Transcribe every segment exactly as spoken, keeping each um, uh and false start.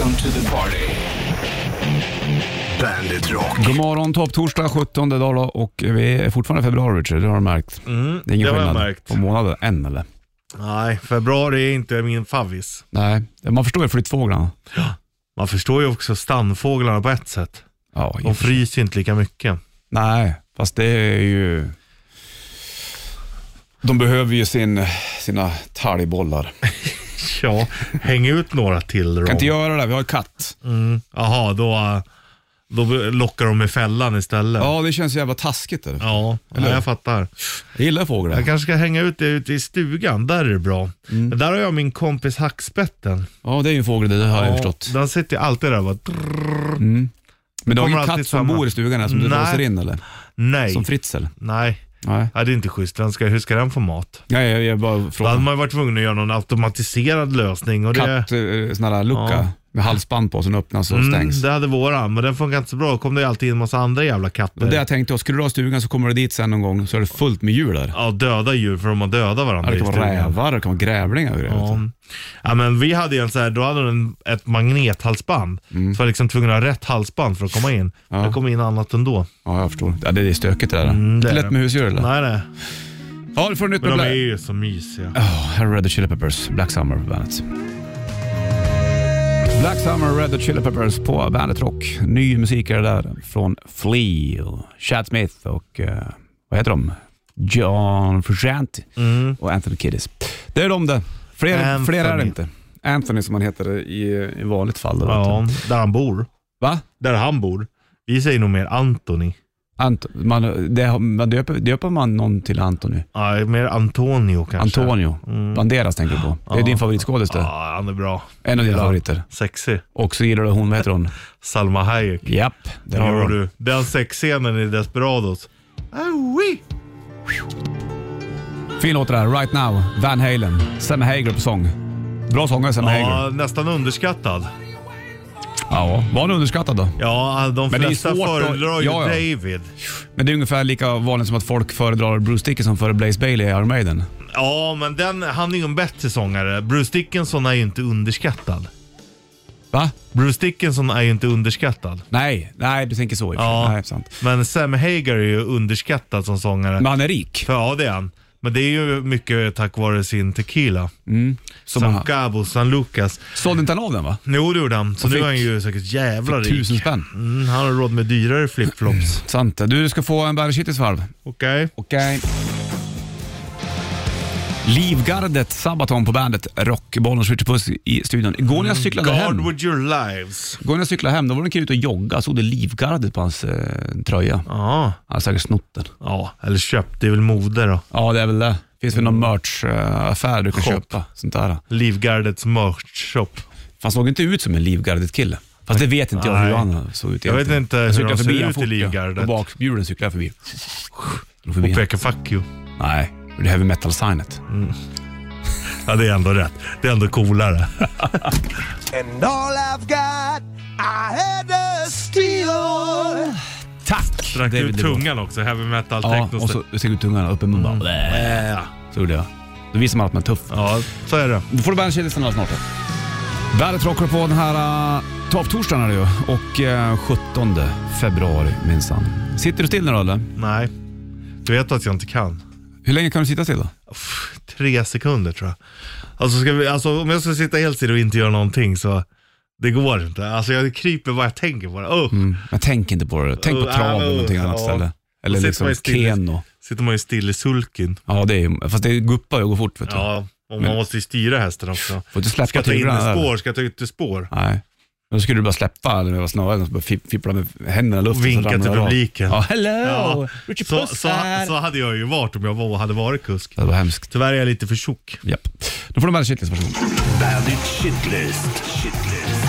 Welcome to the party. Bandit Rock. God morgon, topp torsdag sjuttonde dag då, och vi är fortfarande i februari, Richard, det har du märkt. Mm, det är ingen det skillnad märkt. på månaden än, eller? Nej, februari är inte min favvis. Nej, man förstår ju flyttfåglarna. Ja. Man förstår ju också stannfåglarna på ett sätt. Ja, de fryser inte lika mycket. Nej, fast det är ju... De behöver ju sin, sina talgbollar. Ja, häng ut några till då. Kan inte göra det, vi har ju katt. Mm. Jaha, då, då lockar de med fällan istället. Ja, det känns jävla taskigt. Eller? Ja, ja, jag fattar. Jag gillar fåglar. Jag kanske ska hänga ut det ute i stugan, där är det bra. Mm. Där har jag min kompis hackspetten. Ja, det är ju en fågel, det har ja, jag förstått. Den sitter alltid där och bara... Mm. Men du har ingen katt som samma. bor i stugan här, som du låser in, eller? Nej. Som Fritz, eller? Nej. Nej. Ja, det är inte schysst. Den ska, hur ska den få mat? Nej, jag, jag bara Då frågar. hade man varit tvungen att göra någon automatiserad lösning. Och Katt, det, sån här lucka ja. med halsband på som öppnas och stängs. Mm, det hade våran, men den funkar inte så bra. Då kom det ju alltid in en massa andra jävla katter. Men det jag tänkte, skulle du ha stugan så kommer du dit sen någon gång, så är det fullt med djur där. Ja, döda djur, för de har dödat varandra. Ja, det kan vara rävar, det kan vara grävlingar och grejer. Ja. Ja, men vi hade ju en så här, då hade den ett magnethalsband. Mm. Så var liksom tvungen att ha rätt halsband för att komma in. Ja. Det kom in annat ändå. Ja, jag förstår. Ja, det är stökigt det där. Mm, det är lätt med husdjur, eller? Nej, nej. Ja, du får nytt men med de Black. är ju så mysiga. Oh, här är Red Hot Chili Peppers, Black Summer på bandet. Black Summer, Red Hot Chili Peppers på Bandet Rock. Ny musik är det där från Flea och Chad Smith och uh, vad heter de? John Frusciante mm. och Anthony Kiddis. Det är de det. Fler, fler är det inte. Anthony som han heter i, i vanligt fall. Ja, där han bor. Va? Där han bor. Vi säger nog mer Anthony. Ant- man, det, man döper, döper man någon till Anthony? Ja, mer Antonio kanske. Antonio. Mm. Banderas tänker du på. Det är ja. din favoritskådis det. Ja, han är bra. En av dina ja. favoriter. Sexy. Och så gillar du hon, vad heter hon? Salma Hayek. Japp. Det har du. Den sexscenen i Desperados. Oh, oui. Fin låt det där. Right Now, Van Halen. Sammy Hagar på sång. Bra sångare, Sammy ja, Hagar. Nästan underskattad. Ja, var han underskattad då? Ja, de men flesta föredrar ju ja, ja. David. Men det är ungefär lika vanligt som att folk föredrar Bruce Dickinson före Blaze Bayley i Iron Maiden. Ja, men den, han är ju en bättre sångare. Bruce Dickinson är ju inte underskattad. Va? Bruce Dickinson är ju inte underskattad. Nej, nej du tänker så. Ja, nej, sant. Men Sam Hagar är ju underskattad som sångare. Men han är rik. För, ja, det är han. Men det är ju mycket tack vare sin tequila. Mm. Som San han... Cabo, San Lucas. Sålde inte han av den, va? Jo, det gjorde han. Så nu är han ju säkert jävla rik. Tusen spänn. Mm, han har råd med dyrare flipflops. Mm, sant. Du ska få en bärshittisvarv. Okej. Okay. Okej. Okay. Livgardet, Sabaton på bandet Rock, Bollnäs Richard Puss i studion. Igår när jag cyklade God hem. with your lives. Igår när jag cyklade hem, då var det en kille ute och jogga. Så det Livgardet på hans eh, tröja. Ja. Han har säkert snott den. Ja, eller köpt. Det är väl mode då. Ja, det är väl det. Finns väl någon merch-affär du kan Shop. köpa. Sånt där. Livgardets merch-shop. Fast såg inte ut som en Livgardet-kille. Fast det vet inte jag hur han såg ut. Jag vet inte hur jag han ser förbi ut i Livgardet. Och bakhjulen cyklade jag förbi. Och, och pekar fuck you. Nej, det är heavy metal-signet. Mm. Ja, det är ändå rätt. Det är ändå coolare. And all I've got, I had to steal. Tack! Drack ut tungan också, heavy metal, ja, techno. Och så steg ut tungan upp i munnen. Mm. Så gjorde jag. Då visar man att man är tuff. Ja, så är det. Du får du bandshitlistan snart. Bandet rockar på den här uh, topptorsdagen ju. Och uh, sjuttonde februari minsann. Sitter du still nu då, eller? Nej, du vet att jag inte kan. Hur länge kan du sitta still då? Uff, tre sekunder tror jag. Alltså, ska vi, alltså om jag ska sitta helt still och inte göra någonting så det går inte. Alltså jag kryper vad jag tänker på det. Oh. Mm, men tänk inte på det. Tänk på uh, trav eller uh, någonting annat uh, ställe. Eller liksom Keno. Sitter man ju still i sulken. Ja, det är, fast det guppar ju och går fort, vet du. Ja, och man men, måste ju styra hästen också. Får du släppa ska jag ta in i spår? Ska jag ta ut i spår? Nej. Då skulle du bara släppa eller vad snarare bara fippla med händerna i luften och vinka till publiken. Ja, hello! Ja. Richard Så, Puss så, så hade jag ju varit om jag var, hade varit kusk. Det var hemskt. Tyvärr är jag lite för tjock. Japp. Då får du med shitlist, varsågod. Bandit Shitlist. Shitlist.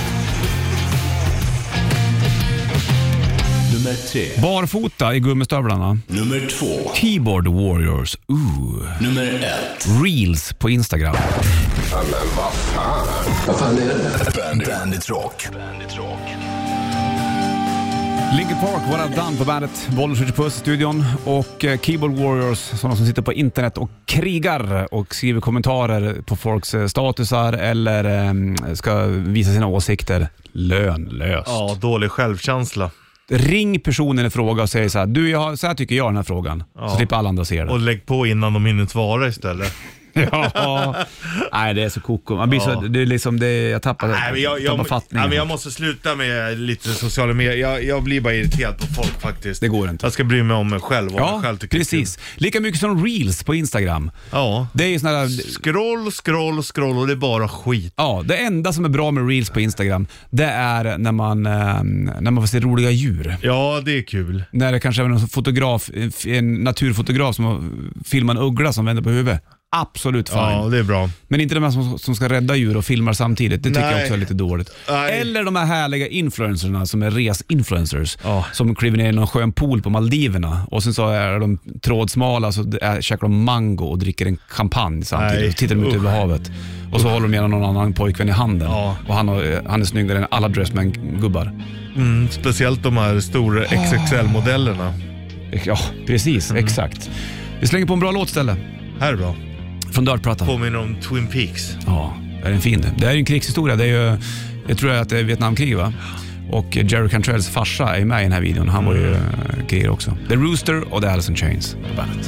Nummer tre. Barfota i gummistövlarna. Nummer två. Keyboard Warriors. Ooh. Nummer ett. Reels på Instagram. Ja, men vad fan. Vad fan är det? Bandit, Bandit Rock. Bandit Rock. Linkin Park, What I've Done på bandet, Bollnäs Ritchie Puss i studion och eh, Keyboard Warriors, sådana som sitter på internet och krigar och skriver kommentarer på folks eh, statusar eller eh, ska visa sina åsikter lönlöst. Ja, dålig självkänsla. Ring personen i fråga och säg så här: du, jag har, så här tycker jag den här frågan. Ja. Så slipper alla andra se det. Och lägg på innan de hinner svara istället. Ja, nej det är så koko. Man blir Ja. så, det är liksom det, jag tappar, Nej, men jag, tappar jag, fattningen. nej, men jag måste sluta med lite sociala medier. Jag, jag blir bara irriterad på folk faktiskt. Det går inte. Jag ska bry mig om mig själv. Och Ja, mig själv tycker precis. Lika mycket som reels på Instagram. Ja. Det är ju såna där, Scroll, scroll, scroll och det är bara skit. ja, det enda som är bra med reels på Instagram, det är när man, eh, när man får se roliga djur. Ja, det är kul. När det kanske är någon fotograf, en naturfotograf som har filmat en uggla som vänder på huvudet. Absolut fine. Ja, det är bra. Men inte de här som, som ska rädda djur och filmar samtidigt. Det tycker Nej. jag också är lite dåligt. Nej. Eller de här härliga influencerna som är resinfluencers. Ja. Som kliver ner i någon skön pool på Maldiverna. Och sen så är de trådsmala, så är, käkar de mango och dricker en champagne samtidigt. Nej. Och tittar de ut över havet. Och så håller de med någon annan pojkvän i handen. Ja. Och han, har, han är snyggare än alla Dressman-gubbar. Mm, speciellt de här stora X X L-modellerna. Ja, precis. Mm. Exakt. Vi slänger på en bra låt istället. Här är bra. Från Dörtplattan. Påminner om Twin Peaks. Ja, det är en fin. Det är ju en krigshistoria. Det är ju, jag tror att det är Vietnamkrig, va? Och Jerry Cantrells farsa är med i den här videon. Han var ju uh, krigare också. The Rooster och The Alice in Chains på bandet.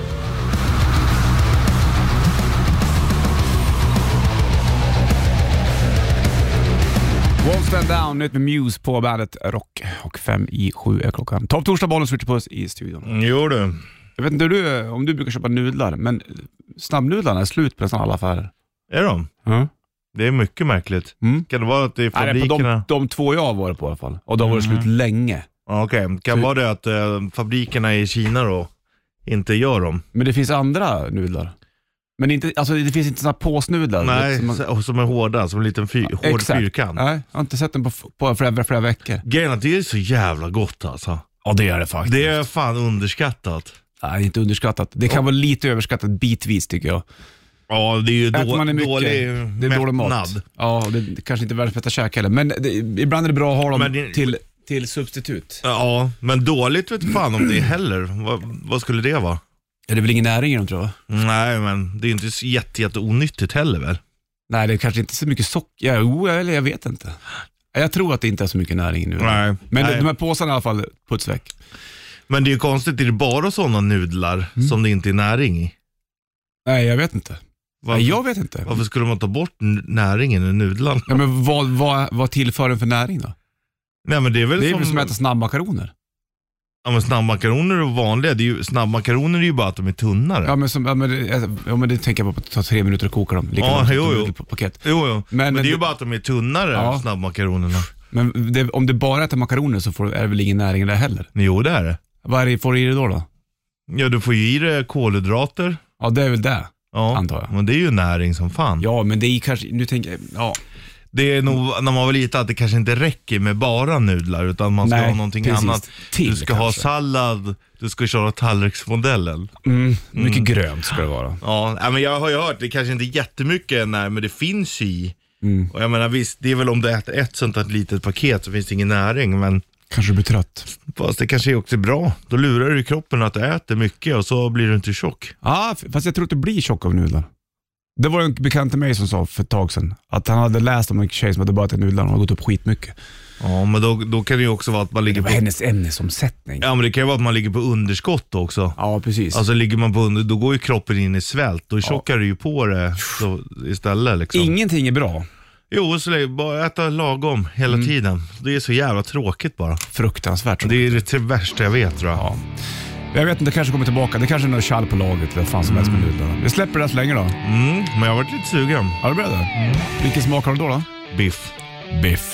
Won't Stand Down, nytt med Muse på bandet Rock. Och fem i sju är klockan. Topp torsdag, Bollnäs Ritchie Puss i studion. Mm, jo du. Jag vet inte hur du, om du brukar köpa nudlar, men snabbnudlarna är slut på nästan alla affärer. Är de? Mm. Det är mycket märkligt. Mm. Kan det vara att det är Nej, det är på fabrikerna? de, de två jag har varit på i alla fall. Och de har varit slut länge. Ja, Okej, okay. Kan Så- vara det att eh, fabrikerna i Kina då inte gör dem? Men det finns andra nudlar. Men inte, alltså det finns inte såna påsnudlar. Nej, Som man, så- och som är hårda, som en liten fyr, hård exakt. fyrkant. Nej, jag har inte sett den på, på flera, flera veckor. Grejen är att det är så jävla gott alltså. Ja, det är det faktiskt. Det är fan underskattat. Nej, inte underskattat. Det kan vara lite överskattat bitvis tycker jag. Ja, det är ju Äter då, man det mycket, dålig det är dålig mat. mättnad. Ja, det är kanske inte världens bästa käk heller. Men det, ibland är det bra att ha dem Men det- till, till substitut. Ja, men dåligt vet fan om det är heller. Vad, vad skulle det vara? Är det väl ingen näring i dem, tror jag? Nej, men det är inte så jätte, jätte onyttigt heller väl? Nej, det är kanske inte så mycket socker. Ja, jo, eller jag vet inte. Jag tror att det inte är så mycket näring nu. Nej. Men Nej. de här påsarna i alla fall putsväck. Men det är ju konstigt, är det bara sådana nudlar Mm. som det inte är näring i? Nej, jag vet inte. Varför, Nej, jag vet inte. varför skulle man ta bort n- näringen i nudlarna? Ja, men vad, vad, vad tillför den för näring då? Nej, men det är väl Det är som, väl som att äta snabbmakaroner. ja, men snabbmakaroner och vanliga, det är ju, snabbmakaroner är ju bara att de är tunnare. Ja, men, som, ja, men, det- ja, men det tänker jag på att ta tre minuter och koka dem. Lika Ja, bra som jo, ett jo. nudelpaket. Jo, jo. Men, Men, det är ju det- bara att de är tunnare, Ja. snabbmakaronerna. Men det, om det bara äter makaroner så får, är det väl ingen näring där heller. Men jo, det är det. Vad är det, får du i det då? då? Ja, du får ju i det kolhydrater. Ja, det är väl det. Ja, Antar jag. men det är ju näring som fan. Ja, men det är kanske, nu tänker jag, ja. Det är nog när man var liten att det kanske inte räcker med bara nudlar, utan man ska Nej, ha någonting precis. annat. Till du ska ha kanske. sallad, du ska köra tallriksmodellen. Mm, mycket grönt ska det vara. Ja, nej, men jag har ju hört, det kanske inte är jättemycket, nej, men det finns ju i. Mm. Och jag menar visst, det är väl om du äter ett sånt här litet paket så finns det ingen näring, men Kanske du blir trött. fast det kanske är också bra. Då lurar du i kroppen att du äter mycket och så blir du inte tjock. Ja, fast jag tror att det blir tjock av nudlar. Det var en bekant till mig som sa för ett tag sedan att han hade läst om en tjej som hade börjat äta nudlar och har gått upp skitmycket. Ja, men då, då kan det ju också vara att man Det ligger var på... hennes ämnesomsättning. Ja, men det kan ju vara att man ligger på underskott också. Ja, precis. Alltså ligger man på under, då går ju kroppen in i svält. Då tjockar du ju på det så, istället liksom. Ingenting är bra. Jo, så länge- bara äta lagom hela Mm. tiden. Det är så jävla tråkigt bara. Fruktansvärt. Det är det till värsta jag vet, tror jag. Ja. Jag vet inte, det kanske kommer tillbaka. Det kanske är något kall på laget. Vad fan som helst med nudlarna. Vi släpper det så länge då. Mm, men jag har varit lite sugen. Ja, det blir det. Mm. Vilken smak har du då då? Biff. Biff.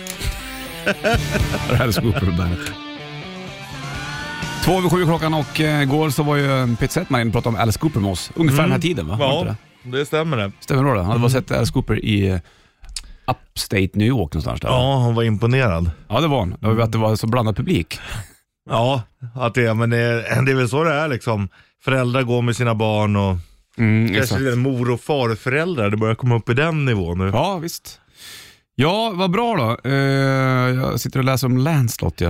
Det här är Scooper på bandet. Två över sju klockan och eh, igår så var ju Pete Settman inne och pratade om Alice Cooper med oss. Ungefär den här tiden, va? Var inte Ja, det? det stämmer det. Stämmer bra det? Han hade bara sett Alice Cooper i eh, Upstate New York någonstans där. Ja, hon var imponerad. Ja, det var han. Det var att det var så blandad publik. Ja, att det, men det, är- det är väl så det är liksom. Föräldrar går med sina barn och Mm, kanske exakt. det är mor- och farföräldrar. Det börjar komma upp i den nivån nu. Ja, visst. Ja, vad bra då. Eh, jag sitter och läser om Lancelot, ja.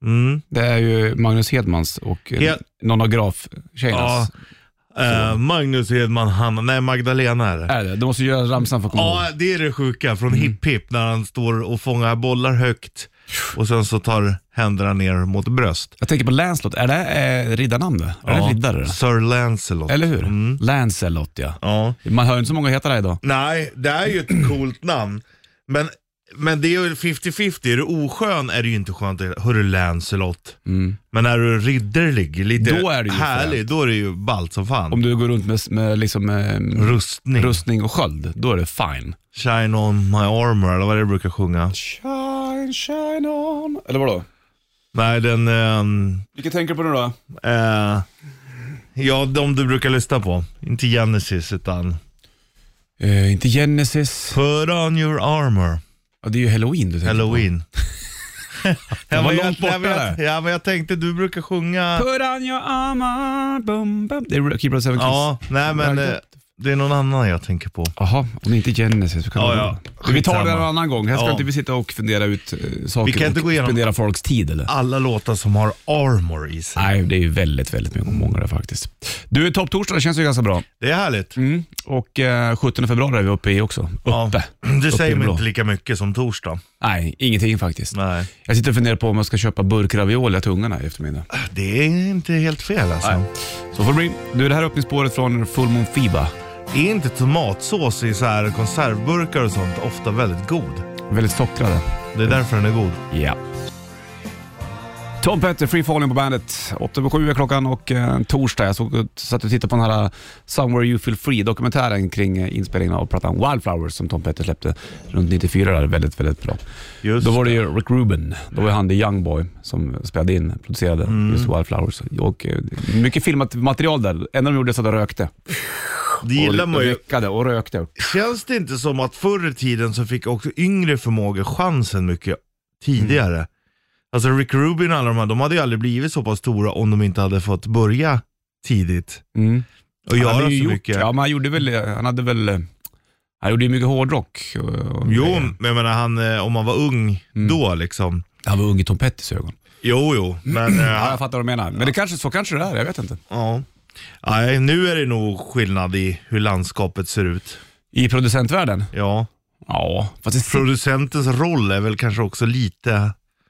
Mm. Det är ju Magnus Hedmans och He- nonograf-tjejernas. Ja. Uh, Magnus Hedman, han, nej Magdalena är det. Är det? Du måste göra ramsan för att komma Ja, ihåg. det är det sjuka från Hipp Hipp när han står och fångar bollar högt och sen så tar händerna ner mot bröst. Jag tänker på Lancelot. Är det eh, riddarnamn det? Är det riddare? Sir Lancelot. Eller hur? Mm. Lancelot, ja. Ja. Man hör inte så många heta det idag. Nej, det är ju ett coolt namn. Men, men det är ju femtio femtio. Är du oskön är det ju inte skönt. Hörru Lancelot. Mm. Men är du ridderlig, lite Då är det ju härlig, fränt. då är det ju ballt som fan. Om du går runt med, med, liksom, med Rustning. rustning och sköld, då är det fine. Shine on my armor, eller vad det brukar sjunga. Shine, shine on. Eller vadå? Nej, den... ehm, Vilka tänker du på nu då? eh, ja, de du brukar lyssna på. Inte Genesis, utan... Eh, inte Genesis. Put on your armor. Ja, det är ju Halloween du tänker Halloween. Det ja, var men långt jag, borta jag, vet- där. ja, men jag tänkte du brukar sjunga... på. Put on your armor, bum, bum. Det är Keeper of Seven Keys. Ja, nej men eh, det är någon annan jag tänker på. Jaha, om det inte är Genesis. Kan Ja, det ja. vara. Vi tar det Skitsamma. en annan gång. Här ska Ja. inte vi sitta och fundera ut eh, saker Vi kan inte och gå igenom- spendera folks tid eller? Alla låtar som har armor i sig. Nej, det är ju väldigt, väldigt mycket många där faktiskt. Du, topp torsdag, det känns ju ganska bra. Det är härligt. Mm. Och eh, sjuttonde februari är vi uppe i också. Ja. Uppe. Det Uppe i säger mig blå. inte lika mycket som torsdag. Nej, ingenting faktiskt. Nej. Jag sitter och funderar på om jag ska köpa burk ravioli till ungarna i eftermiddag. Det är inte helt fel alltså. Nej. Så får det bli. Du, det här öppningsspåret från Full Moon Fiba. Är inte tomatsås i så här konservburkar och sånt ofta väldigt god? Väldigt sockrade. Det är därför den är god. Ja. Tom Petty, Free Falling på bandet. åtta över sju är klockan och eh, torsdag. Jag såg, satt och tittade på den här Somewhere You Feel Free-dokumentären kring eh, inspelningen av plattan Wildflowers som Tom Petty släppte runt nittiofyra. Där. Väldigt, väldigt bra. Just Då var det ju Rick Rubin. Då var han the young boy som spelade in, producerade just Wildflowers. Och eh, mycket filmat material där. Enda de gjorde så att de rökte. det gillar och, man och ju. ryckade och rökte. Känns det inte som att förr i tiden så fick också yngre förmågor chansen mycket tidigare? Mm. Alltså Rick Rubin och alla de här, de hade ju aldrig blivit så pass stora om de inte hade fått börja tidigt. Mm. Och Han göra hade så ju gjort, mycket. ja, men han gjorde väl, han hade väl, han gjorde ju mycket hårdrock. Och, och Jo, grejer. men jag menar, han, eh, om man var ung Mm. då liksom. Han var ung i Tom Pettys ögon. Jo, jo, men... eh, Ja, jag fattar vad du menar. Men det kanske, så kanske det är, jag vet inte. ja. Nej, nu är det nog skillnad i hur landskapet ser ut. I producentvärlden? Ja. Ja, fast det Producentens roll är väl kanske också lite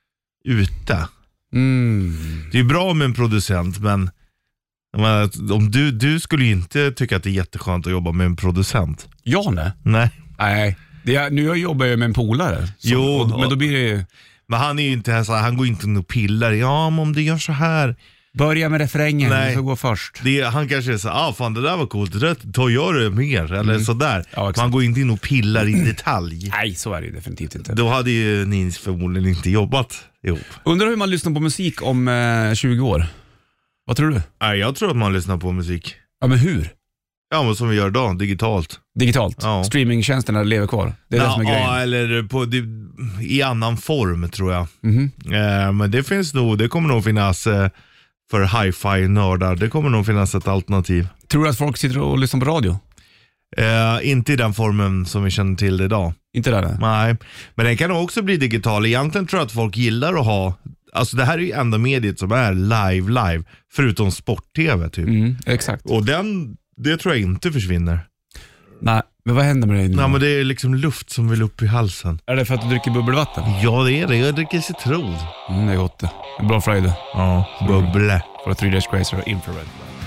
ute. mm. Det är bra med en producent, men jag menar, om du, du skulle ju inte tycka att det är jätteskönt att jobba med en producent. Ja, nej. Nej. Nej. Det är, nu jobbar jag med en polare. Så, Jo, och, men då blir det ju, Men han är ju inte här så här, han går inte in och pillar. Ja, men om du gör så här. börja med refrängen, Nej. du får gå först. Det är, han kanske är så ah fan det där var coolt, det där, ta gör det mer, eller sådär. Ja, exakt. Man går inte in och pillar i detalj. Nej, så är det ju definitivt inte. Då hade ju ni förmodligen inte jobbat ihop. Undrar hur man lyssnar på musik om eh, tjugo år. Vad tror du? Nej, jag tror att man lyssnar på musik. Ja, men hur? Ja, men som vi gör idag, digitalt. Digitalt? Ja. Streamingtjänsterna lever kvar? Det är det ja, som är grejen. ja, eller på, det, i annan form tror jag. Mhm. Eh, men det finns nog, det kommer nog finnas eh, för hi-fi-nördar, det kommer nog finnas ett alternativ. Tror du att folk sitter och lyssnar på radio? Eh, inte i den formen som vi känner till det idag. Inte där? där. Nej, men den kan nog också bli digital. Egentligen tror jag att folk gillar att ha, alltså det här är ju enda mediet som är live, live, förutom sport-tv typ. Mm, exakt. Och den, det tror jag inte försvinner. Nej, men vad händer med dig nu? Nej, men det är liksom luft som vill upp i halsen. Är det för att du dricker bubbelvatten? Ja, det är det. Jag dricker citron. Mm, det är gott det. Det är bra Friday. Ja, bubble. För a three days crazy och infrared.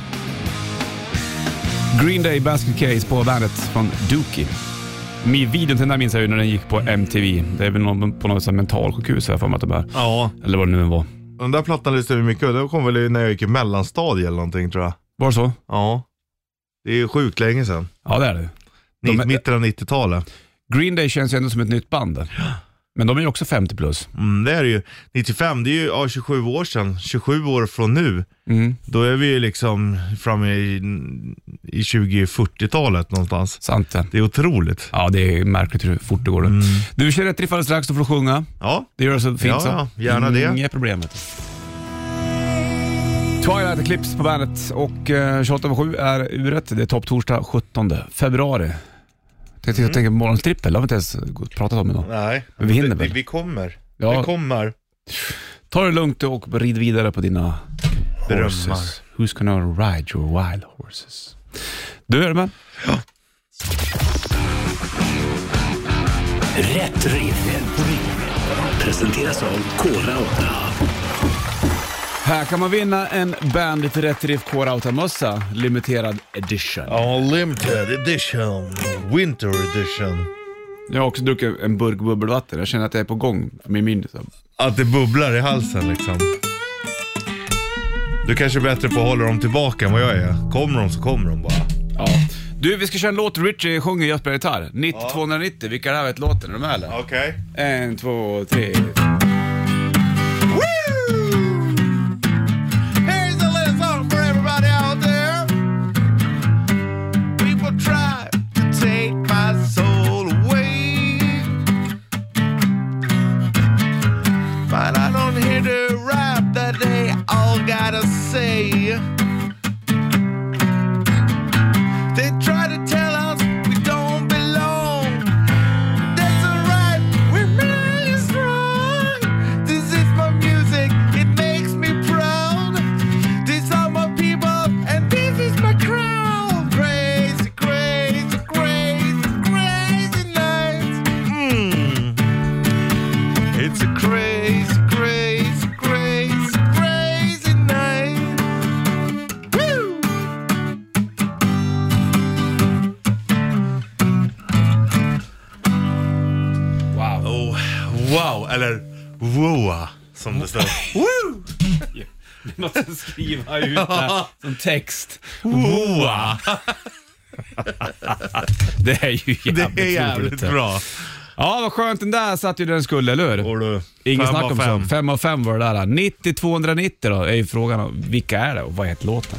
Green Day Basket Case på bandet från Dookie. Min videon till den där minns jag ju när den gick på M T V. Det är väl någon, på något sånt mentalsjukhus här för mig att det bär. Ja, Eller vad det nu var. den där plattan lyssnade vi mycket. Det kom väl när jag gick i mellanstadie eller någonting tror jag. Var det så? Ja, det är sjukt länge sedan. Ja, det är det. Ni, De- mitten av nittiotalet. Green Day känns ju ändå som ett nytt band. Men de är ju också femtio plus. Mm, det är det ju. nittiofem, det är ju ja, tjugosju år sedan. tjugosju år från nu. Mm. Då är vi ju liksom framme i, i tjugo-fyrtiotalet någonstans. Sant det. Det är otroligt. Ja, det är märkligt hur fort det går. Mm. Du kör rätt riff alldeles strax, då får du sjunga. Ja, Det gör det så fint Ja, så. ja, gärna det. Inga problem. Twilight Eclipse på bandet och eh, tjugoåtta över sju är uret. Det är topp torsdag sjuttonde februari. Jag tänker mm. på morgonstrippel, det har vi inte ens pratat om idag. nej. Men vi hinner vi, väl? vi kommer. Ja. Vi kommer. Ta det lugnt och rid vidare på dina Drömmar. horses. Who's gonna ride your wild horses? Du är med? Ja. Rätt riff. Presenteras av Kora åtta. Här kan man vinna en Bandit Rätt Riff K-Rauta-mössa, limiterad edition. Ja, limited edition. Winter edition. Jag har också druckit en burk bubbelvatten. Jag känner att jag är på gång med min. Att det bubblar i halsen liksom. Du kanske är bättre på att hålla dem tillbaka än vad jag är. Kommer de så kommer de bara. Ja. Du, vi ska köra en låt. Richie sjunger just på gitarr. nittio tvåhundranittio. Vilka är det här vet låten? Är de med eller? Okej. Okay. En, två, tre. Here's a little song for everybody out there. People try to take my soul away, but I don't hear the rap that they all gotta say. They try to tell us we don't belong. That's alright, we're really strong. This is my music, it makes me proud. These are my people, and this is my crowd. Crazy, crazy, crazy, crazy night. Mm. It's a crazy, crazy, crazy, crazy night. Woo! Wow. Oh, wow, eller woa som det står. Woo! Du måste skriva ut det som text. Woa. Det är ju jävligt, Det är jävligt roligt. bra. Ja, vad skönt, den där satt ju den skulle, eller hur? Och du, Ingen fem snack av om fem. så. Fem av fem var det där. nittio tvåhundranittio då är ju frågan, vilka är det och vad heter låten?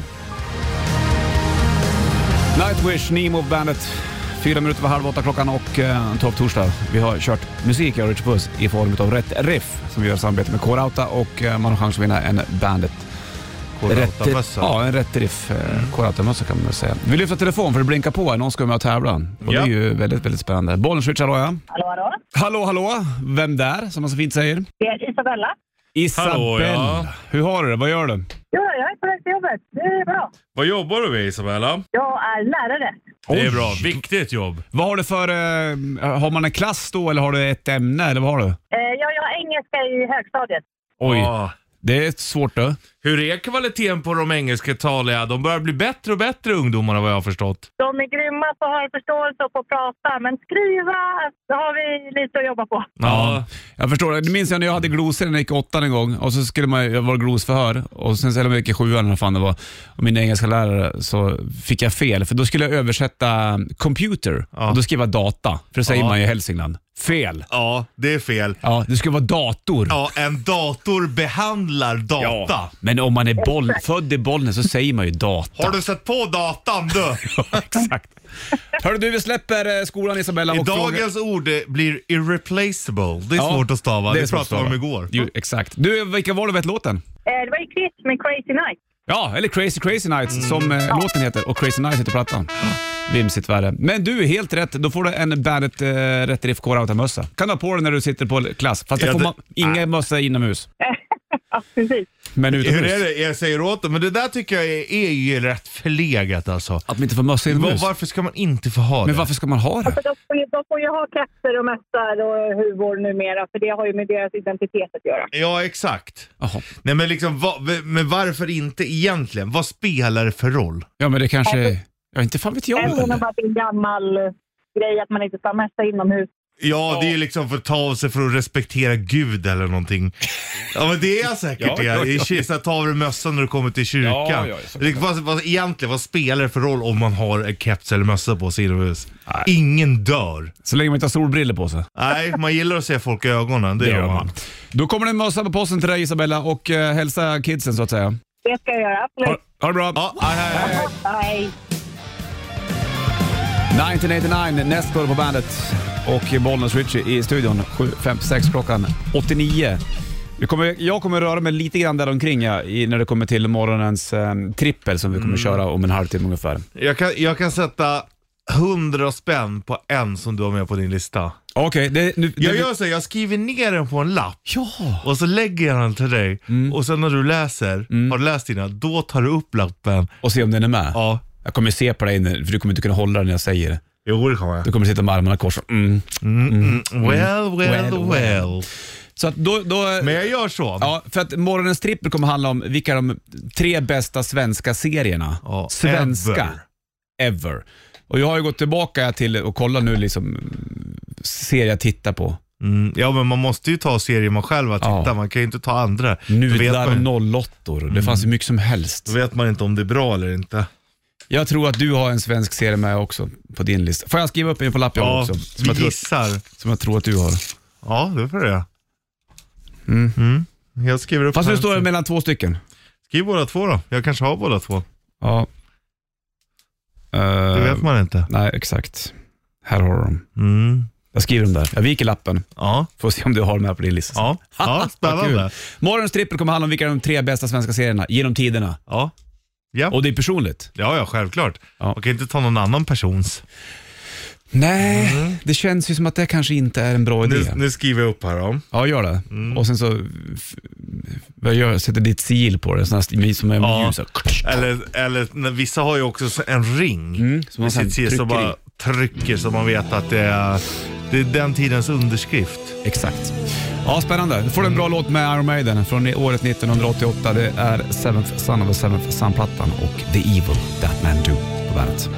Nightwish, Nemo Bandet. Fyra minuter var halv åtta klockan och eh, topp torsdag. Vi har kört musik av Richard Puss i form av Rätt Riff som vi gör samarbete med K-Rauta och eh, man har chans att vinna en Bandet. K-Rauta-mössa. Ja, en Rätt Riff eh, K-Rauta-mössa kan man väl säga. Vi lyfter telefon för det blinkar på. Någon ska med och tävla. Och Ja. det är ju väldigt, väldigt spännande. Bollens Richard, hallå ja. Hallå, hallå. Hallå, hallå. Vem där, som man så fint säger? Det är Isabella. Isabella. Hallå, ja. Hur har du det? Vad gör du? Jo, jag är på väg till jobbet. Det är bra. Vad jobbar du med, Isabella? Jag är lärare. Det är Oj. bra, viktigt jobb. Vad har du för... Eh, har man en klass då eller har du ett ämne eller vad har du? Eh, jag, jag har engelska i högstadiet. Oj, Ah. det är svårt då. Hur är kvaliteten på de engelsktalliga? De börjar bli bättre och bättre, ungdomarna, vad jag har förstått. De är grymma på att ha förståelse och på att prata, men skriva, det har vi lite att jobba på. Ja, jag förstår det. Det minns jag när jag hade glosor när jag gick åttan en gång och så skulle man, jag var glosförhör och sen så gick jag sjuan eller vad fan det var och min engelska lärare så fick jag fel för då skulle jag översätta computer Ja. och då skrev jag data, för det säger Ja. man ju i Hälsingland. Fel. Ja, det är fel. Ja, det ska vara dator. Ja, en dator behandlar data. Ja, men om man är boll, född i bollen så säger man ju data. Har du sett på datan du? Ja, exakt. Hörru du, vi släpper eh, skolan Isabella I och frågar- dagens ord blir irreplaceable. Det är Ja, svårt att stava. det är Det, svårt att pratade vi om stava. igår. Jo, exakt. Du, vilka var det vet låten? Eh, det var ju Chris med Crazy Night. Ja, eller Crazy Crazy Nights Mm. som eh, låten heter och Crazy Nights heter plattan. Vimsigt värre. Men du är helt rätt, då får du en Bandet eh, Rätt Riff K-Rauta-mössa. Kan du ha på dig när du sitter på klass. Fast det Ja, får det- man, inga mössa inomhus. Ja, precis. Men utomhus. Hur är det? Jag säger åt det, men det där tycker jag är, är ju rätt förlegat alltså. Att man inte får mössa inomhus. Var, varför ska man inte få ha det? Men varför ska man ha det? För de, får ju, de får ju ha kepsar och mössor och huvor numera, för det har ju med deras identitet att göra. Ja, exakt. Jaha. Nej, men liksom, va, men varför inte egentligen? Vad spelar det för roll? Ja, men det kanske... Ja, inte fan vet jag. Jag menar Eller? bara att det är en gammal eh, grej att man inte ska ha mössa inomhus. Ja, det är liksom för att ta av sig för att respektera Gud eller någonting. Ja, men det är säkert Ja, det. ja, ja. I Kista tar du mössan när du kommer till kyrkan. Ja, ja, så- Det- vad, vad, egentligen, vad spelar det för roll om man har en keps eller mössa på sig inomhus? Nej. Ingen dör. Så länge man inte har solbriller på sig. Nej, man gillar att se folk i ögonen. Det, Det gör gör man. man. Då kommer det en mössa på posten till dig Isabella och eh, hälsa kidsen så att säga. Det ska jag göra, Ha, absolut. ha det bra. Ja, nej, nej, nej. Nej. nittonhundraåttionio, nästgård på bandet och Bollnäs Richie i studion sju femtiosex klockan åttionio. Vi kommer, jag kommer röra mig lite grann där omkring ja, i, när det kommer till morgonens eh, trippel som vi kommer köra om en halvtimme ungefär. Jag kan, jag kan sätta hundra spänn på en som du har med på din lista. Okej, okay, nu... Jag det, gör så, jag skriver ner den på en lapp. Ja. Och så lägger jag den till dig. Mm. Och sen när du läser, mm. har du läst dina, då tar du upp lappen. Och se om den är med. Ja. Jag kommer se på dig, för du kommer inte kunna hålla den när jag säger det. Jo, det kommer jag. Du kommer sitta med armarna kors. Mm. Mm. Mm. Mm. Well, well, well, well. Så att då, då, Men jag gör så. Ja, för att morgonens trippel kommer handla om vilka de tre bästa svenska serierna. Ja, svenska. Ever. Ever. Och jag har ju gått tillbaka till och kolla nu liksom serier jag tittar på. Mm. Ja, men man måste ju ta serier man själv att titta. Ja. Man kan ju inte ta andra. Nudlar och nollåttor. Det mm. fanns ju mycket som helst. Då vet man inte om det är bra eller inte. Jag tror att du har en svensk serie med också på din lista. Får jag skriva upp en på lappen ja, också? Som jag, gissar. tror, som jag tror att du har. Ja, det får jag. Mm. Mm. Jag skriver upp. Fast nu står det mellan två stycken. Skriv båda två då. Jag kanske har båda två. Ja. Uh, det vet man inte. Nej, exakt. Här har de. Mm. Jag skriver dem där. Jag viker lappen. Ja. Får se om du har dem här på din lista. Ja, ja spännande. Morgonens trippel kommer handla om vilka är de tre bästa svenska serierna genom tiderna. Ja. Ja. Och det är personligt. Ja, ja, självklart. Ja. Man kan inte ta någon annan persons. Nej, mm. det känns ju som att det kanske inte är en bra idé. Nu, nu skriver jag upp här då. Ja, gör det. Mm. Och sen så f- vad gör jag? Sätter ditt sigill på det, sån här som är ja. ljus. Eller, eller vissa har ju också en ring. Mm, som man sen trycker, så bara trycker så man vet att det är, det är den tidens underskrift. Exakt. Ja, spännande. Du får en bra låt med Iron Maiden från året nittonhundraåttioåtta. Det är Seventh Son of a Seventh Son-plattan och The Evil That Man Do på bandet.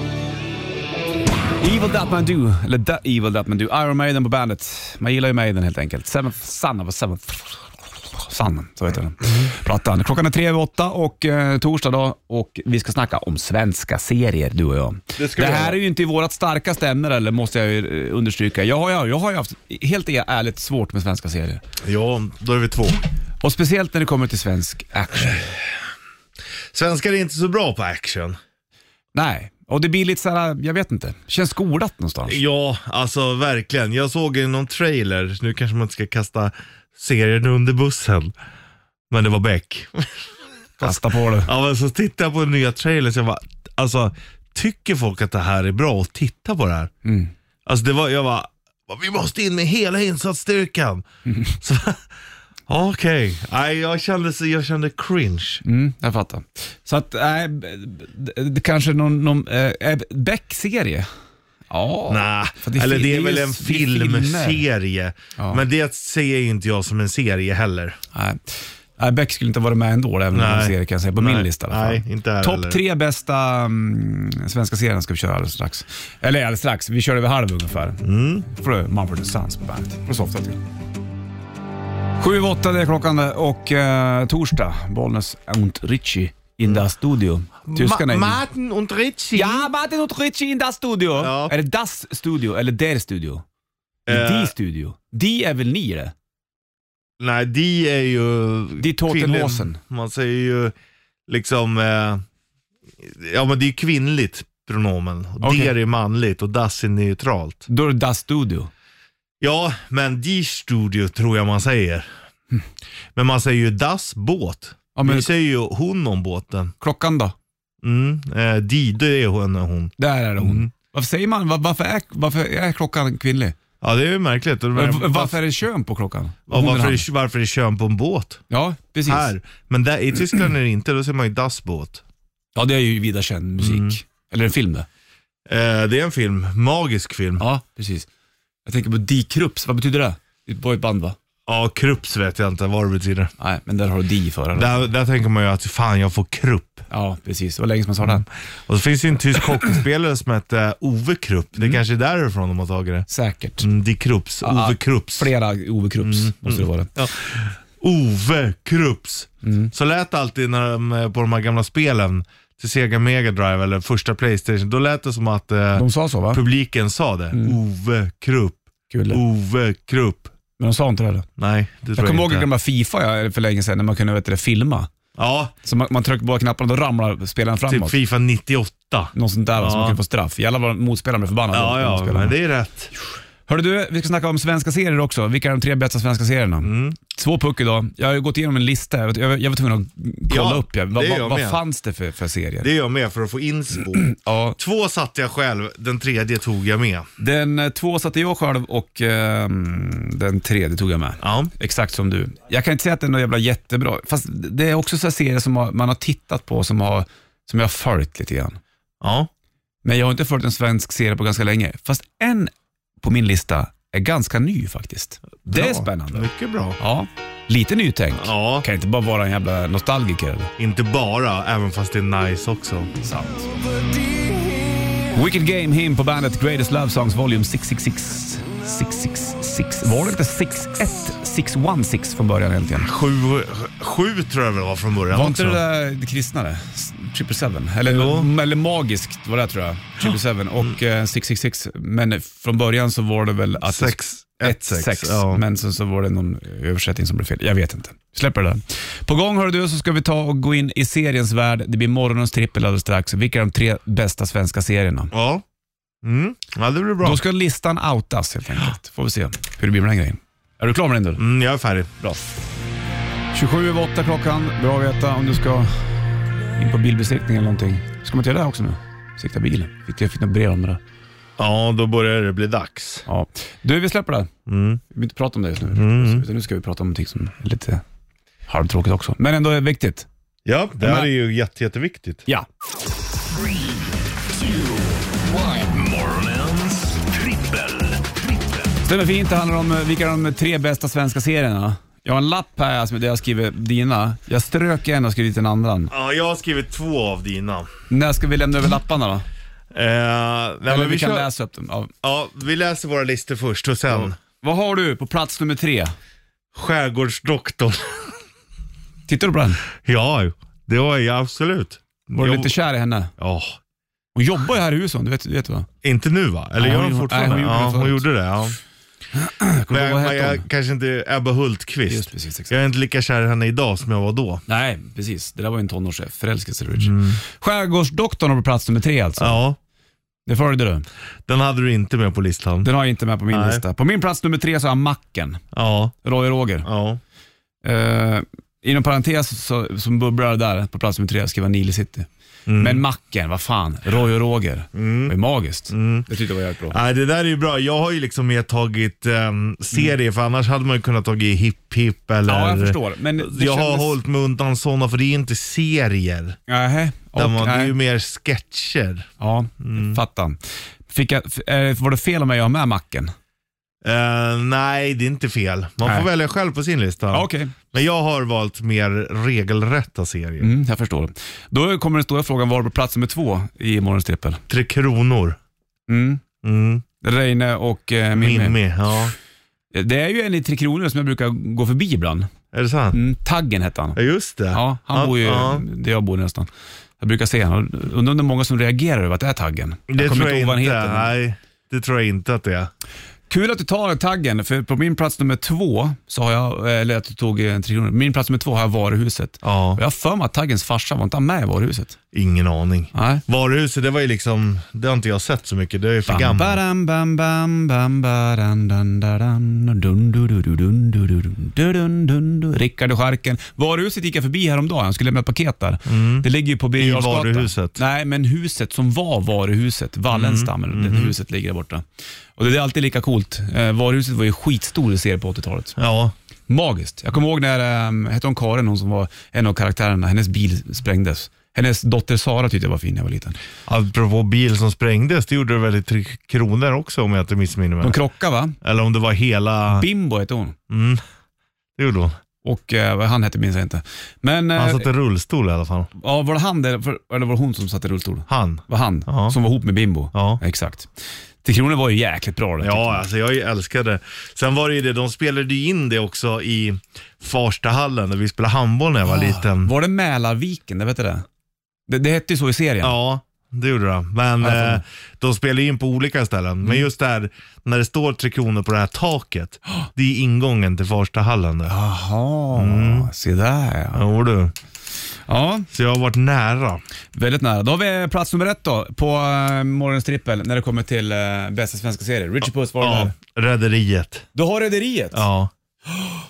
Evil That Man Do, eller The Evil That Man Do, Iron Maiden på bandet. Man gillar ju Maiden helt enkelt. Seventh Son of a Seventh Son, så heter den. Plattan. Klockan är tre över åtta och eh, torsdag då, och vi ska snacka om svenska serier, du och jag. Det, det här är ju inte i vårat starkaste ämne, eller måste jag ju eh, understryka. Jag har, jag har ju haft helt ärligt svårt med svenska serier. Ja, då är vi två. Och speciellt när det kommer till svensk action. Svenskar är inte så bra på action. Nej, och det blir lite såhär, jag vet inte, känns skolat någonstans. Ja, alltså verkligen. Jag såg i någon trailer, nu kanske man inte ska kasta serien under bussen, men det var Beck. Kasta på det. Ja, men så tittade jag på den nya trailern, så jag bara, alltså, tycker folk att det här är bra och titta på det här? Mm. Alltså det var, jag var, vi måste in med hela insatsstyrkan. Mm. Så, okej, okay. jag kände jag kände cringe. Mm, jag fattar. Så att äh, det, det kanske någon, någon äh, Beck-serie. Ja. Nej, nah, eller det är väl en filmserie. Ja. Men det säger inte jag som en serie heller. Nej. Nej, Beck skulle inte vara med ändå, även om en serie kan jag säga på Nej. min lista i alla fall. Nej, inte här. Topp tre bästa um, svenska serien ska vi köra alldeles strax. Eller alldeles strax, vi kör över halv ungefär. Mm. För det Mumford and Sons på bandet. För softa till. Sju, åtta det är klockan och uh, torsdag. Bollnäs und Ritchie in der Studio. Ma- Martin und Ritchie. Ja, Martin und Ritchie in der Studio. Ja. Är det das Studio eller der Studio? Eller Uh. die Studio. Die är väl ni det? Nej, de är ju... Die Totenhosen. Man säger ju liksom... Eh, ja, men det är kvinnligt pronomen. Okay. Der är manligt och das är neutralt. Då är det das Studio. Ja, men die Studio tror jag man säger. Mm. Men man säger ju das båt. Ja, men... Vi säger ju hon om båten. Klockan då? Mm, eh, die, det är hon och hon. Där är det hon. Mm. Varför säger man? Var, varför, är, varför är klockan kvinnlig? Ja, det är ju märkligt. Varför, varför är det kön på klockan? Ja, varför, är, varför är det kön på en båt? Ja, precis. Här. Men där, i Tyskland är det inte, då ser man ju das båt. Ja, det är ju vida känd musik. Mm. Eller en film det. Eh, det är en film, magisk film. Ja, precis. Jag tänker på Die Krups, vad betyder det? Det var ett band va? Ja, krups vet jag inte vad det betyder. Nej, men där har du Die för det. Där, där tänker man ju att fan, jag får krupp. Ja, precis. Det var länge som man sa mm. det. Och så finns det ju en tysk hockeyspelare som heter Ove Krupp. Det är mm. kanske därifrån de har tagit det. Säkert. Mm, Die Krups, ja, Ove Krupps. Flera Ove Krupps mm. måste det vara. Ja. Ove Krupps. Mm. Så lät alltid när de, på de här gamla spelen till Sega Mega Drive eller första PlayStation, då lät det som att eh, de sa så, va? Publiken sa det. Mm. Ove Krupp. Kul. Ove Krupp. Men de sa inte det. Nej, det tror jag kommer ihåg inte. gamla FIFA ja, för länge sedan när man kunde vet det, filma. Ja. Så man, man tryckte på knapparna, då ramlar spelaren framåt. Typ FIFA nittioåtta. Något sånt där, ja. Så man kunde få straff. Jävlar var motspelaren blev förbannad. Ja, ja, men det är rätt. Hörru du, vi ska snacka om svenska serier också. Vilka är de tre bästa svenska serierna? Mm. Två puck idag. Jag har ju gått igenom en lista. Jag, jag, jag var tvungen att kolla Ja, upp. Ja. Va, det är va, jag vad med. fanns det för, för serier? Det är jag med för att få inspo. Ja. Två satte jag själv, den tredje tog jag med. Den eh, två satte jag själv och eh, den tredje tog jag med. Ja. Exakt som du. Jag kan inte säga att det är något jävla jättebra. Fast det är också så här serier som har, man har tittat på som, har, som jag har följt lite grann. Ja. Men jag har inte följt en svensk serie på ganska länge. Fast en på min lista är ganska ny faktiskt. Det är Bra. spännande. Mycket bra. Ja, lite nytänk. Ja, Kan inte bara vara en jävla nostalgiker eller? inte bara, även fast det är nice också. Sant. Wicked Game Him på bandet Greatest Love Songs Volume sex sex sex sex sex sex. Var det inte sex ett sex ett sex från början egentligen? Sju, sju tror jag det var från början Var också. inte det där det kristnare? Triple Seven? Eller, Jo. eller magiskt var det tror jag. Triple Seven och eh, sex sex sex. Men från början så var det väl att Sex, ett, sex. sex. Ja. Men sen så var det någon översättning som blev fel. Jag vet inte. Släpper det där. På gång hör du så ska vi ta och gå in i seriens värld. Det blir morgonens trippel alldeles strax. Vilka är de tre bästa svenska serierna? Ja. Mm. Ja, det blir bra. Då ska listan outas helt enkelt. Får vi se hur det blir med den grejen. Är du klar med den då? Mm, jag är färdig. Bra. tjugosju över åtta klockan. Bra att veta om du ska in på bilbesiktning eller någonting. Ska man inte göra det också nu? Sikta bilen. Fick jag fick något brev om det där. Ja, då börjar det bli dags. Ja. Du, vi släpper det. Mm. Vi vill inte prata om det just nu. Mm. Utan nu ska vi prata om någonting som är lite halvtråkigt också. Men ändå är viktigt. Ja, det här är ju jätte, jätteviktigt. Ja. Morgonens trippel. trippel. Stämmer fint. Det handlar om vilka är de tre bästa svenska serierna. Jag har en lapp här som där jag skriver dina. Jag strök en och skrivit den andra. Ja, jag har skrivit två av dina. När ska vi lämna över lapparna då? Eh, nej, Eller men vi, vi, kan kör, läsa upp dem. Ja. ja, vi läser våra listor först och sen Ja. Vad har du på plats nummer tre? Skärgårdsdoktorn. Tittar du på den? Ja, det var jag absolut. Var du Jag- lite kär i henne? Ja, Hon jobbar ju här i huset, du vet, du vet va? inte nu va? Eller Nej, gör hon hon gjorde- fortfarande? nej, hon gjorde ja, det hon förut. gjorde det, ja. Kommer du Men, ihåg vad men hette jag hon? kanske inte Ebba Hultqvist. Just precis, exakt. Jag är inte lika kär i henne idag som jag var då. Nej, precis. Det där var ju en tonårschef. Förälskelse, Richard. Skärgårdsdoktorn har på plats nummer tre alltså. Ja, Det följde du. den hade du inte med på listan. Den har jag inte med på min Nej. lista. På min plats nummer tre så har jag Macken. Ja, Roy Roger. ja. Uh, inom parentes så, som bubblar där på plats nummer tre skriver Nile City. Mm. Men Macken, vad fan. Roy och Roger. Mm. Det är magiskt. Mm. Det tyckte jag var jävligt bra. Nej, det där är ju bra. Jag har ju liksom mer tagit um, serier, för annars hade man ju kunnat tagit Hipp Hipp eller... Ja, jag förstår. Men det Jag har kändes... hållit mig undan sådana, för det är inte serier. Nähä. Där Och, man, det är nej. ju mer sketcher. Ja, Mm. fattar. Fick jag, f- eh, var det fel om mig att ha med Macken? Eh, nej, det är inte fel. Man Nej. får välja själv på sin lista. Ja, okej. Men jag har valt mer regelrätta serier. Mm, jag förstår. Då kommer den stora frågan, var på plats nummer två i morgons trippel? Tre Kronor. Mm. Mm. Reine och eh, Mimmi. Mimmi, ja. Det är ju en i Tre Kronor som jag brukar gå förbi ibland. Är det sant? Mm, Taggen hette han. Ja, just det. Ja, han bor ju ja. där jag bor nästan. Jag brukar se honom. Undrar om det är många som reagerar över att det är Taggen. Det kommer tror jag ihåg vad han inte. heter. Nej, det tror jag inte att det är. Kul att du tar Taggen, för på min plats nummer två så har jag, eller att du tog en Tre Kronor. Min plats nummer två har jag Varuhuset. Ja, Och jag har för mig att Taggens farsa var inte med i Varuhuset. ingen aning. Nej. Varuhuset, det var ju liksom, det har inte jag sett så mycket. Det är ju för Bam, gammalt. badam, bam, bam, bam, badan, dan, dan, dun, du, du, du, dun, du, du, dun, du, dun, dun, du. Rickard och Charken. Varuhuset gick jag förbi häromdagen. Jag skulle lämna ett paket där. Mm. Det ligger ju på I Birger Jarlsgatan. varuhuset. Nej, men huset som var Varuhuset, Wallenstam, Mm. det huset ligger där borta. Och det är alltid lika coolt. Eh, varuhuset var ju skitstor i serie på åttiotalet. Ja, Magiskt. Jag kommer ihåg när, um, hette hon Karin, hon som var en av karaktärerna, hennes bil sprängdes. Hennes dotter Sara tyckte jag var fin när jag var liten. apropå bil som sprängdes, det gjorde det väl i Tre Kronor också, om jag inte missminner mig. De krockade va? Eller om det var hela... Bimbo hette hon. Mm, det gjorde hon. Och eh, vad han hette minns jag inte. Men Han eh, satt i rullstol i alla fall. ja, var det han där, för, eller var det hon som satt i rullstol? Han. Var han Ja. som var ihop med Bimbo? Ja. Exakt. Tre Kronor var ju jäkligt bra. Det, Ja, alltså jag älskade. Sen var det ju det, de spelade ju in det också i Farstahallen, där vi spelade handboll när jag var liten. Var det Mälarviken, det vet du det? Det, det hette ju så i serien. Ja, det gjorde det. Men Ja, jag eh, de spelar in på olika ställen. Mm. Men just där, när det står Tre Kronor på det här taket, det är ingången till Farstahallen där. Jaha, Mm. se där ja. Jo du. Ja, Så jag har varit nära. väldigt nära. Då har vi plats nummer ett då, på uh, morgonens trippel när det kommer till uh, bästa svenska serier. Richie Puss var det Ja, där. Rederiet. Du har Rederiet. Ja.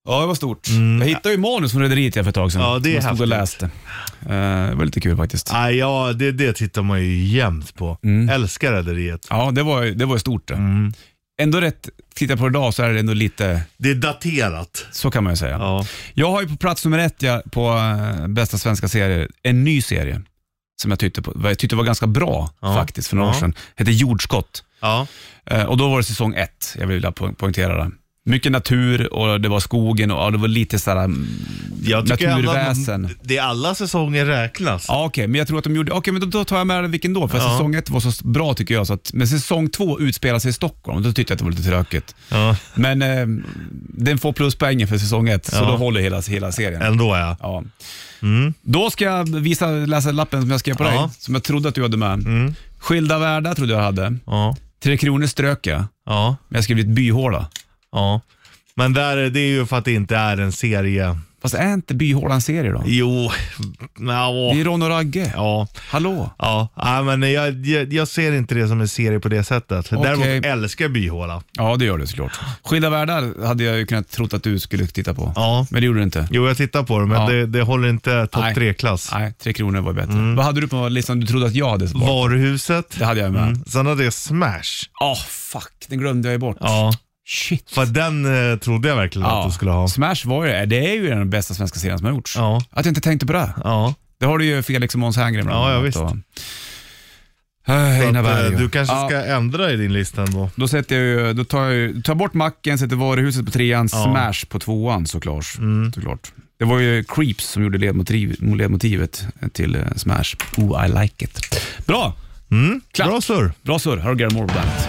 Ja, det var stort. Mm. Jag hittade ju manus från Rederiet för ett tag sedan. Ja, det är jag stod och häftigt. läste. Uh, det var lite kul faktiskt. Ah, ja, det, det tittar man ju jämt på. Mm. Älskar Rederiet. Ja, det var, det var stort det. Mm. Ändå rätt, titta på det idag så är det ändå lite... Det är daterat. Så kan man ju säga. Ja. Jag har ju på plats nummer ett ja, på uh, bästa svenska serier, en ny serie som jag tyckte, på, jag tyckte var ganska bra Ja. faktiskt för några Ja. år sedan. Hette Jordskott. Ja. Uh, och då var det säsong ett, jag vill po- poängtera det. Mycket natur och det var skogen och ja, det var lite sådär Jag tycker naturväsen. alla, det är alla säsonger räknas. Ja okej, okay, men jag tror att de gjorde, okej okay, men då tar jag med vilken då, för Ja. säsong ett var så bra tycker jag, så att, men säsong två utspelar sig i Stockholm och då tyckte jag att det var lite tråkigt. Ja. Men eh, den får pluspoängen för säsong ett, så Ja. då håller hela, hela serien. Ändå ja. Ja. Mm. Då ska jag visa, läsa lappen som jag skrev på Ja. dig, som jag trodde att du hade med. Mm. Skilda världar trodde jag hade. Ja. Tre kronor strök jag, Ja. men jag skrev lite byhåla. Ja. Men där, det är ju för att det inte är en serie. Fast är inte byhåla en serie då? Jo. Ja. Det är Ron och Ragge. Ja. Hallå? Ja, ja men jag, jag, jag ser inte det som en serie på det sättet. Okej. Däremot älskar jag Byhåla. Ja, det gör du såklart. Skilda världar hade jag ju kunnat trott att du skulle titta på. Ja. Men det gjorde du inte. Jo, jag tittar på det, men Ja. det, det håller inte topp Nej. tre-klass. Nej, tre kronor var bättre. Vad hade du på listan du trodde att jag hade svarat? Varuhuset. Det hade jag med. Mm. Sen hade jag Smash. Åh, oh, fuck. Den glömde jag ju bort. Ja. Shit. För den eh, trodde jag verkligen att du skulle ha. Smash var ju, det är ju den bästa svenska serien som har gjorts. Ja. Att jag inte tänkte på det. Ja. Det har du ju Felix och Måns Herngren. Ja, ja, visst. Och, Så äh, att, eh, du kanske ja, ska ändra i din lista ändå. Då sätter jag ju, då tar jag ju, tar bort macken, sätter varuhuset på trean, Ja. Smash på tvåan såklart. Mm. såklart. Det var ju Creeps som gjorde ledmotiv, ledmotivet till eh, Smash. Oh, I like it. Bra! Mm. Klart. Bra surr. Bra surr, här har Gary Moore på bandet.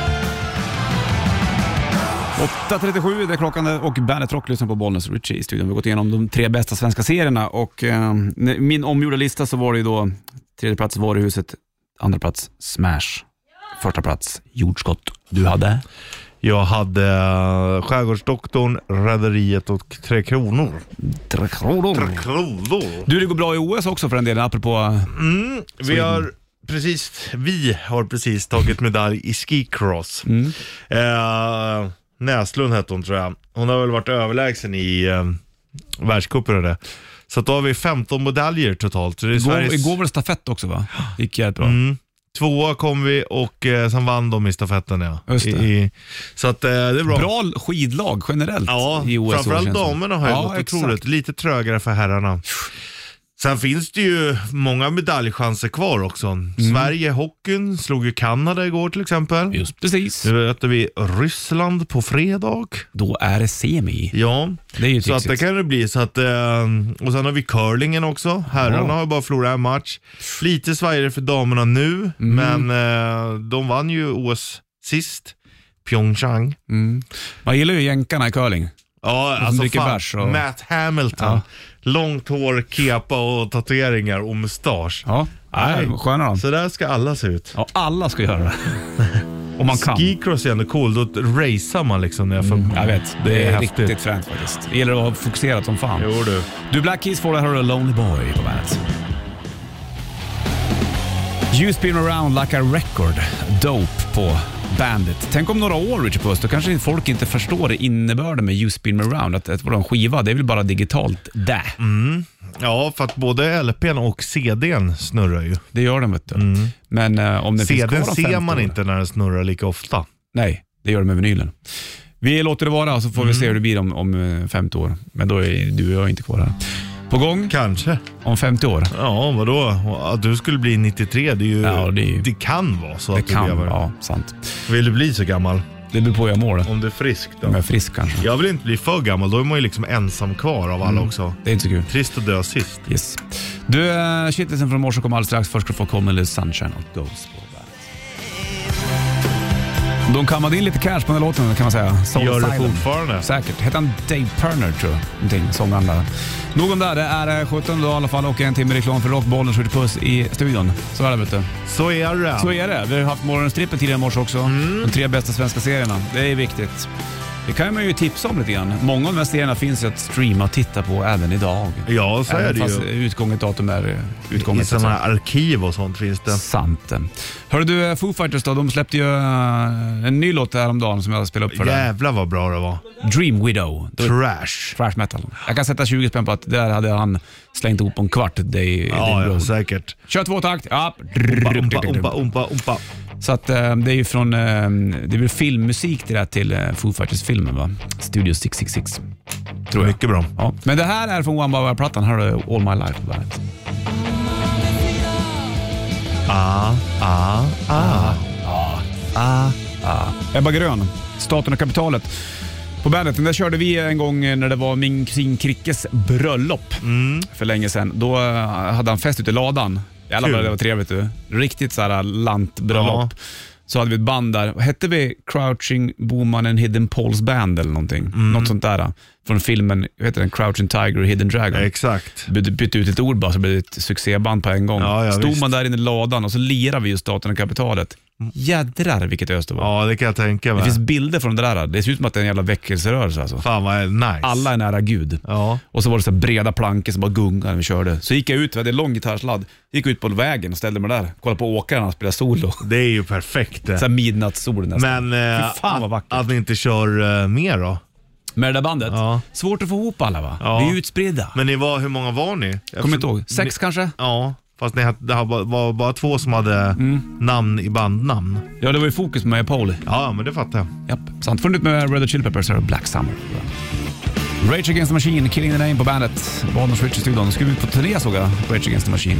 åtta trettiosju det är klockan och Bandet Rock lyssnar på Bollnäs och Richie i studion. Vi har gått igenom de tre bästa svenska serierna och eh, min omgjorda lista så var det ju då tredje plats Varuhuset, andra plats Smash, första plats Jordskott. Du hade? Jag hade uh, Skärgårdsdoktorn, Rederiet och Tre Kronor. Tre kronor. Tre Kronor. Du, det går bra i O S också för en del, apropå... Mm, vi har precis vi har precis tagit medalj i skicross. Mm. Eh, Näslund hette hon tror jag. Hon har väl varit överlägsen i eh, världscupen och det. Så då har vi femton medaljer totalt. Så det är Igår, Sveriges... igår var det stafett också va? Gick jättebra. Mm. Tvåa kom vi och eh, sen vann de i stafetten ja. Just det. I, i, så att eh, det är bra. Bra skidlag generellt Ja, i O S. framförallt damerna har ju ja, gått exakt. otroligt. Lite trögare för herrarna. Sen finns det ju många medaljchanser kvar också. Mm. Sverige hockeyn slog ju Kanada igår till exempel. Just precis. Nu möter vi Ryssland på fredag. Då är det semi. Ja, Det är ju så att det trixigt. kan det bli. Så att, eh, och sen har vi curlingen också. Herrarna Ja. har bara förlorat en match. Lite svajigare för damerna nu, Mm. men eh, de vann ju O S sist. Pyeongchang. Mm. Man gillar ju jänkarna i curling. Ja, som alltså dricker fan, bärs och- Matt Hamilton. Ja. Långt hår, kepa och tatueringar och mustasch. Ja, Nej. Nej. sköna de. Så där ska alla se ut. Ja, alla ska göra det. Om man kan. Skicross är ändå cool, då racear man liksom. När jag, får... Jag vet, det, Det är är häftigt. riktigt fränt faktiskt. Det gäller att vara fokuserad som fan. Jo du. Du, Black Keys får det här och Lonely Boy på bandet. You spin around like a record. Dope på bandet. Tänk om några år, Richard Puss, då kanske folk inte förstår det innebörden med You spin me around. Att, att vara en skiva, det är väl bara digitalt där. Mm. Ja, för att både L P:n och C D:n snurrar ju. Det gör den, vet du. Men eh, om det finns C D:n kvar om ser femtio man år- inte när den snurrar lika ofta. Nej, det gör det med vinylen. Vi låter det vara så får vi se hur det blir om, om eh, femtio år. Men då är du och jag inte kvar här. På gång Kanske. om femtio år. Ja, vadå? Att du skulle bli nittiotre, det, är ju, Ja, det är ju- det kan vara så Det att du kan, lever. ja, sant. Vill du bli så gammal? Det beror på hur jag mår. Om du är frisk då? Om jag är frisk kanske. Jag vill inte bli för gammal, då är man ju liksom ensam kvar av alla också. Det är inte så kul. Trist att dö sist. Yes. Du, uh, shitlisten från morse kommer alldeles strax. Först ska du få komma med Sunshine och Ghost på bandet. De kammade in lite cash på den här låten kan man säga. Soul Gör det Asylum. fortfarande? Säkert. Heter han Dave Perner tror jag. Någonting, sångaren där. Nog om det. Det är sjutton då i alla fall och en timme reklam för Rockbollen skjuter puss i studion. Så är det, vet du. Så är det. Så är det. Vi har haft morgonstrippen tidigare i morse också. De tre bästa svenska serierna. Det är viktigt. Det kan man ju tipsa om lite grann. Många av de här serierna finns ju att streama och titta på även idag. Ja, så är Även det fast ju. utgånget datum är I utgånget. sådana här arkiv och sånt finns det. Sant. Hörru du, Foo Fighters då, de släppte ju uh, en ny låt häromdagen som jag spelade upp för dig. Jävlar vad bra det var. Dream Widow. Då- Trash. Thrash metal. Jag kan sätta tjugo spänn på att där hade han slängt ihop på en kvart. Day, Ja, ja, säkert. Kör två takt. Ja. Umpa, umpa, umpa, umpa. Så att eh, det är ju från, eh, det är väl filmmusik till det här till eh, Foo Fighters-filmen va? Studio sex sex sex. Tror jag. Mycket bra. Ja. Men det här är från One Bow-plattan. Här har du All My Life på bandet. Ah, ah, ah. Ah, ah. Ebba Grön, Staten och kapitalet. På bandet, den där körde vi en gång när det var min kusin Krickes bröllop Mm. för länge sedan. Då eh, hade han fest ute i ladan. Jävlar vad Kul. det var trevligt du. Riktigt så här lantbröllop. Ja. Så hade vi ett band där. Hette vi Crouching Boman and Hidden Paul's Band eller någonting? Mm. Något sånt där. Från filmen, vad heter den? Crouching Tiger och Hidden Dragon. Exakt. Bytte, bytte ut ett ord bara så blev det ett succéband på en gång. Ja, ja, Stod visst. man där inne i ladan och så lirade vi just Staten och kapitalet. Jädrar vilket ös det var. Ja, det kan jag tänka Det mig. finns bilder från det där. Det ser ut som att det är en jävla väckelserörelse alltså. Fan vad nice. Alla är nära Gud. Ja. Och så var det så här breda plankor som bara gungade när vi körde. Så gick jag ut, vi hade en lång gitarrsladd. Gick ut på vägen och ställde mig där. Kollade på åkaren och spelade solo. Det är ju perfekt det. Så här midnattssol nästan. Men eh, Fy fan vad vackert. att, att ni inte kör eh, mer då? Med det där bandet. Ja. Svårt att få ihop alla va? Ja. Vi är utspridda. Men ni var, hur många var ni? Jag Kommer inte för- ihåg. Sex ni, kanske? Ja, fast ni hade, det var, var bara två som hade Mm. namn i bandnamn. Ja, det var ju fokus med Paul. Ja, men det fattar jag. Japp. Sant. Funnit med Red Hot Chili Peppers här och Black Summer. Rage Against the Machine, Killing the Name på bandet. Bonus Rich i studion. Ska vi på turné såg jag Rage Against the Machine.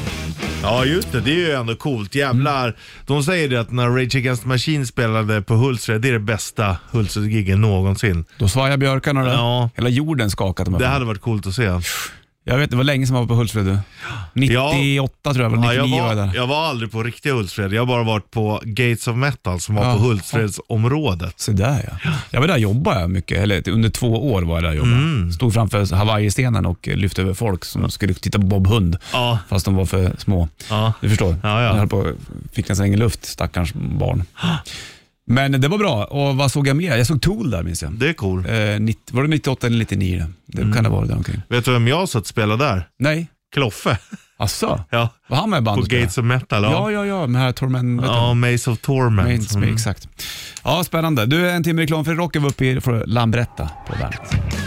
Ja just det, det är ju ändå coolt. Jävlar. Mm. De säger det att när Rage Against the Machine spelade på Hultsfred, det är det bästa Hultsfred-giggen någonsin. Då svajar björkarna och Ja. hela jorden skakat. Det hade varit coolt att se. Jag vet, det var länge som jag var på Hultsfred. du. nittioåtta tror jag, eller Ja, jag, nittionio var jag var, där. jag var aldrig på riktiga Hultsfred. Jag har bara varit på Gates of Metal som var Ja. på Hultsfredsområdet. Så där ja. Jag var där och jobbade jag mycket, eller under två år var jag där och jobbade. Mm. Stod framför Hawaii-stenen och lyfte över folk som skulle titta på Bob Hund. Ja. Fast de var för små. Ja. Du förstår. Ja, ja. Jag höll på, fick nästan ingen luft, stackars barn. Men det var bra. Och vad såg jag mer? Jag såg Tool där minns jag. Det är cool. Eh, nittio, var det nittioåtta eller nittionio? Det Mm. kan det vara där omkring. Vet du vem jag satt och spelade där? Nej. Kloffe. Asså? Ja. Var han med i På bandet? Gates of Metal. Ja, ja, ja. Med här Torment. Ja, Maze of Torment. Mains, Mm. Exakt. Ja, spännande. Du, en timme reklam för rock var uppe i för Lambretta på bandet.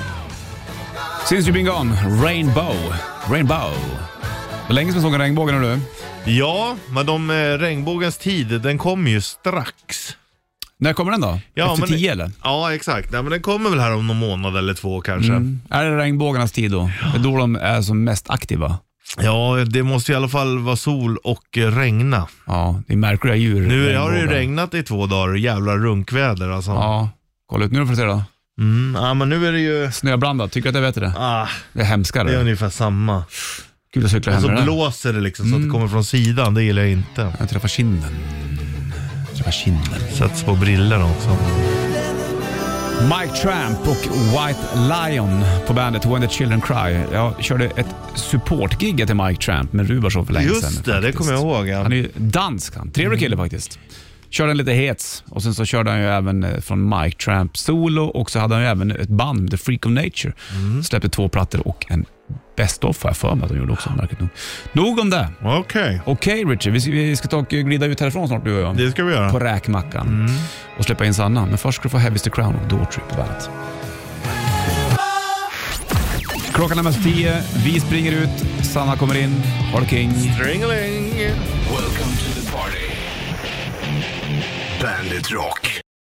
Since you've been gone, Rainbow. Rainbow. Det var länge som jag såg en regnbåge nu. Ja, men de eh, regnbågens tid, den kommer ju strax. När kommer den då? Ja, Efter men tio det- eller? Ja, exakt. Nej, men den kommer väl här om någon månad eller två kanske. Mm. Är det regnbågarnas tid då? Det är då de är som mest aktiva. Ja, det måste i alla fall vara sol och eh, regna. Ja, det är märkliga djur. Nu har det ju regnbågar. regnat i två dagar, jävla runkväder alltså. Ja, kolla ut nu får du se då. Mm, ja, men nu är det ju... Snöblandat, tycker du att det är bättre? Ah, Det är hemskare. det är ungefär samma. Kul att cykla Och hem så med det där. blåser det liksom så att det Mm. kommer från sidan, det gillar jag inte. Jag träffar kinden. Jag träffar kinden. Sätts på brillorna också. Mike Tramp och White Lion på bandet When the Children Cry. Jag körde ett supportgig till Mike Tramp med Rubarsson för länge sedan. Just det, det faktiskt. kommer jag ihåg. Ja. Han är ju dansk han. Trevlig kille faktiskt. Körde en lite hets och sen så körde han ju även eh, från Mike Tramp solo och så hade han ju även ett band, The Freak of Nature. Släppte två plattor och en best of har jag för mig att de gjorde också. Märkligt nog. Nog om det. Okej, Okej Richard, vi ska, vi ska ta och glida ut härifrån snart du och jag. det ska vi göra. På räkmackan. Och släppa in Sanna. Men först ska du få Heavy's the Crown och Daughtry på bandet. Klockan är mest tio. Vi springer ut. Sanna kommer in. Har det king. Stringeling. Welcome to the party. Bandit Rock.